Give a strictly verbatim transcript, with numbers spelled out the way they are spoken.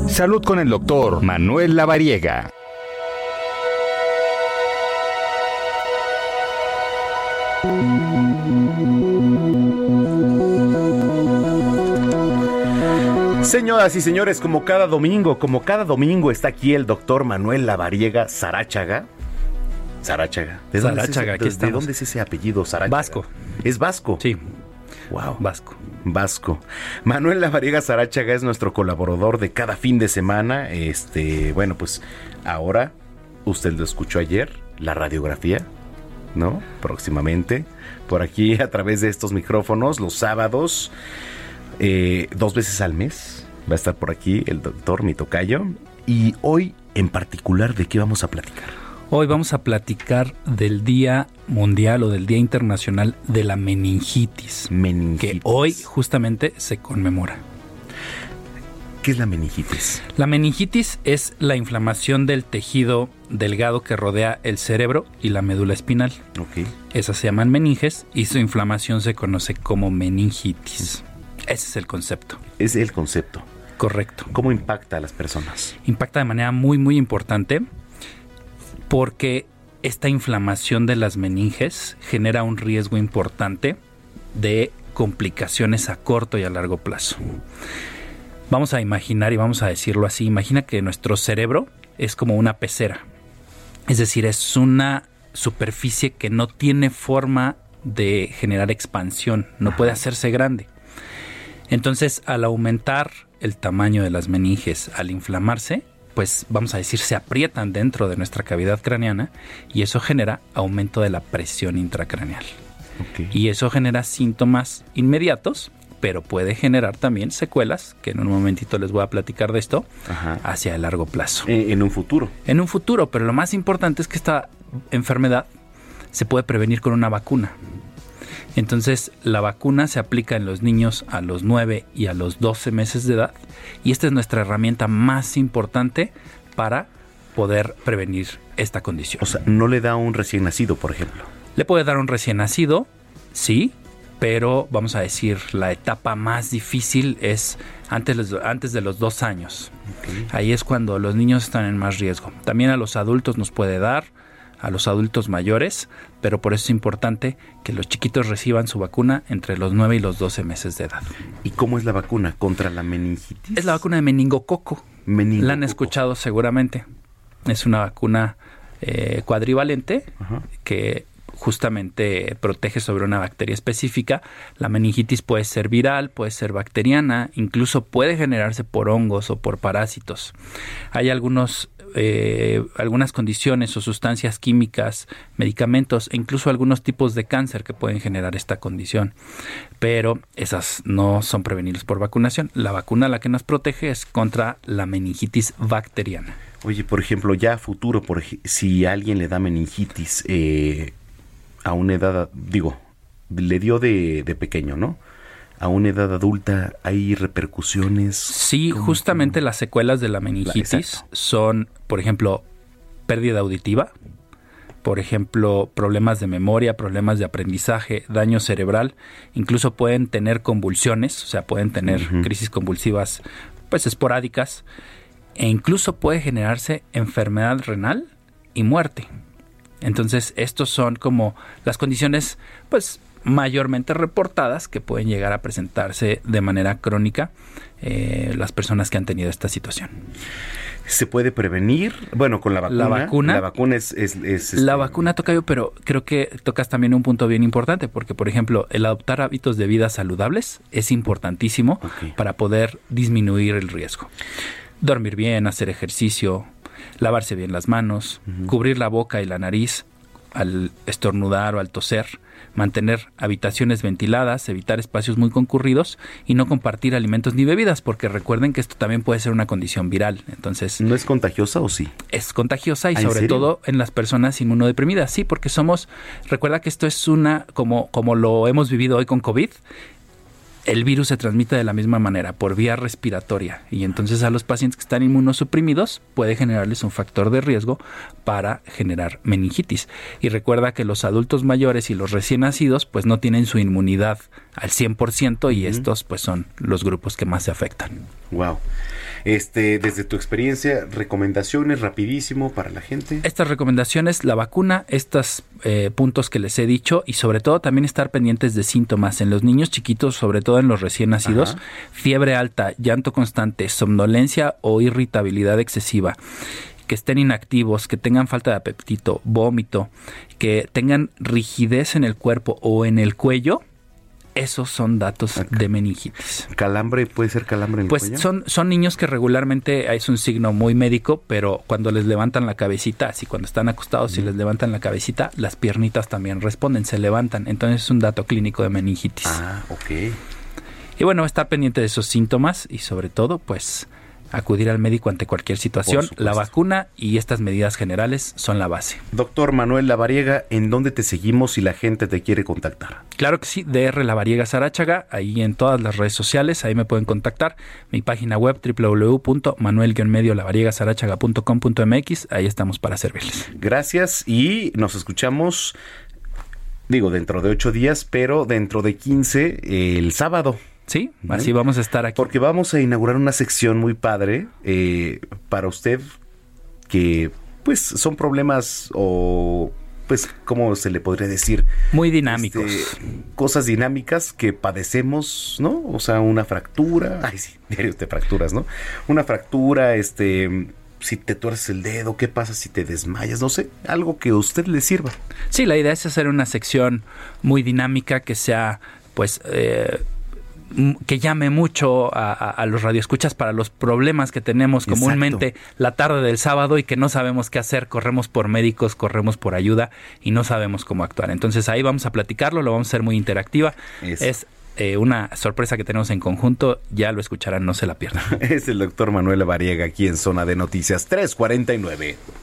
Salud con el doctor Manuel Lavariega. Señoras y señores, como cada domingo, como cada domingo está aquí el doctor Manuel Lavariega Saráchaga. Saráchaga. ¿De dónde Saráchaga, es ese, aquí estamos. ¿De dónde es ese apellido, Saráchaga? Vasco. ¿Es vasco? Sí. Wow. Vasco. Vasco. Manuel Lavariega Saráchaga es nuestro colaborador de cada fin de semana. Este, bueno, pues ahora, usted lo escuchó ayer, la radiografía, ¿no? Próximamente, por aquí a través de estos micrófonos, los sábados, eh, dos veces al mes, va a estar por aquí el doctor, mi tocayo. Y hoy, en particular, ¿de qué vamos a platicar? Hoy vamos a platicar del Día Mundial o del Día Internacional de la Meningitis, Meningitis. que hoy justamente se conmemora. ¿Qué es la meningitis? La meningitis es la inflamación del tejido delgado que rodea el cerebro y la médula espinal. Ok. Esas se llaman meninges y su inflamación se conoce como meningitis. Ese es el concepto. Es el concepto. Correcto. ¿Cómo impacta a las personas? Impacta de manera muy, muy importante porque esta inflamación de las meninges genera un riesgo importante de complicaciones a corto y a largo plazo. Vamos a imaginar, y vamos a decirlo así, imagina que nuestro cerebro es como una pecera. Es decir, es una superficie que no tiene forma de generar expansión, no puede hacerse grande. Entonces, al aumentar el tamaño de las meninges, al inflamarse, pues vamos a decir, se aprietan dentro de nuestra cavidad craneana y eso genera aumento de la presión intracraneal. Okay. Y eso genera síntomas inmediatos, pero puede generar también secuelas, que en un momentito les voy a platicar de esto, Ajá. hacia el largo plazo. En, en un futuro. En un futuro, pero lo más importante es que esta enfermedad se puede prevenir con una vacuna. Entonces, la vacuna se aplica en los niños a los nueve y a los doce meses de edad y esta es nuestra herramienta más importante para poder prevenir esta condición. O sea, ¿no le da a un recién nacido, por ejemplo? Le puede dar a un recién nacido, sí, pero vamos a decir, la etapa más difícil es antes, antes de los dos años. Okay. Ahí es cuando los niños están en más riesgo. También a los adultos nos puede dar, a los adultos mayores, pero por eso es importante que los chiquitos reciban su vacuna entre los nueve y los doce meses de edad. ¿Y cómo es la vacuna contra la meningitis? Es la vacuna de meningococo. Meningococo. La han escuchado seguramente. Es una vacuna eh, cuadrivalente Ajá. que justamente protege sobre una bacteria específica. La meningitis puede ser viral, puede ser bacteriana, incluso puede generarse por hongos o por parásitos. Hay algunos Eh, algunas condiciones o sustancias químicas, medicamentos e incluso algunos tipos de cáncer que pueden generar esta condición, pero esas no son prevenibles por vacunación. La vacuna la que nos protege es contra la meningitis bacteriana. Oye, por ejemplo, ya a futuro, por ej- si a alguien le da meningitis eh, a una edad, digo, le dio de, de pequeño, ¿no? A una edad adulta, ¿hay repercusiones? Sí, justamente las secuelas de la meningitis la, son, por ejemplo, pérdida auditiva, por ejemplo, problemas de memoria, problemas de aprendizaje, daño cerebral, incluso pueden tener convulsiones, o sea, pueden tener uh-huh. crisis convulsivas pues esporádicas, e incluso puede generarse enfermedad renal y muerte. Entonces, estos son como las condiciones, pues, mayormente reportadas que pueden llegar a presentarse de manera crónica eh, las personas que han tenido esta situación. ¿Se puede prevenir? Bueno, con la vacuna. La vacuna, la vacuna es... es, es la este... vacuna toca yo, pero creo que tocas también un punto bien importante, porque, por ejemplo, el adoptar hábitos de vida saludables es importantísimo okay. para poder disminuir el riesgo. Dormir bien, hacer ejercicio, lavarse bien las manos, uh-huh. cubrir la boca y la nariz al estornudar o al toser, mantener habitaciones ventiladas, evitar espacios muy concurridos y no compartir alimentos ni bebidas, porque recuerden que esto también puede ser una condición viral. Entonces, ¿no es contagiosa o sí? Es contagiosa y ¿Ah, sobre todo en las personas inmunodeprimidas, sí, porque somos, recuerda que esto es una, como, como lo hemos vivido hoy con COVID, el virus se transmite de la misma manera, por vía respiratoria, y entonces a los pacientes que están inmunosuprimidos puede generarles un factor de riesgo para generar meningitis. Y recuerda que los adultos mayores y los recién nacidos pues no tienen su inmunidad al cien por ciento y uh-huh. estos pues son los grupos que más se afectan. Wow. Este, desde tu experiencia, recomendaciones rapidísimo para la gente. Estas recomendaciones, la vacuna, estos eh, puntos que les he dicho y sobre todo también estar pendientes de síntomas en los niños chiquitos, sobre todo en los recién nacidos, Ajá. fiebre alta, llanto constante, somnolencia o irritabilidad excesiva, que estén inactivos, que tengan falta de apetito, vómito, que tengan rigidez en el cuerpo o en el cuello. Esos son datos Acá. de meningitis. ¿Calambre? ¿Puede ser calambre en el pues cuello? Pues son, son niños que regularmente es un signo muy médico, pero cuando les levantan la cabecita, así cuando están acostados y mm. les levantan la cabecita, las piernitas también responden, se levantan. Entonces es un dato clínico de meningitis. Ah, ok. Y bueno, estar pendiente de esos síntomas y sobre todo, pues acudir al médico ante cualquier situación. La vacuna y estas medidas generales son la base. Doctor Manuel Lavariega, ¿en dónde te seguimos si la gente te quiere contactar? Claro que sí, D R Lavariega Saráchaga, ahí en todas las redes sociales, ahí me pueden contactar. Mi página web doble u doble u doble u punto manuel guion medio lavariega saráchaga punto com punto m x, ahí estamos para servirles. Gracias y nos escuchamos, digo, dentro de ocho días, pero dentro de quince, el sábado. Sí, así vamos a estar aquí. Porque vamos a inaugurar una sección muy padre eh, para usted que, pues, son problemas o, pues, ¿cómo se le podría decir? Muy dinámicos. Este, cosas dinámicas que padecemos, ¿no? O sea, una fractura. Ay, sí, diario te fracturas, ¿no? Una fractura, este... si te tuerces el dedo, qué pasa si te desmayas, no sé, algo que a usted le sirva. Sí, la idea es hacer una sección muy dinámica que sea, pues... Eh, que llame mucho a, a, a los radioescuchas para los problemas que tenemos comúnmente Exacto. la tarde del sábado y que no sabemos qué hacer, corremos por médicos, corremos por ayuda y no sabemos cómo actuar. Entonces ahí vamos a platicarlo, lo vamos a hacer muy interactiva. Eso. Es eh, una sorpresa que tenemos en conjunto, ya lo escucharán, no se la pierdan. Es el doctor Manuel Lavariega aquí en Zona de Noticias tres cuarenta y nueve.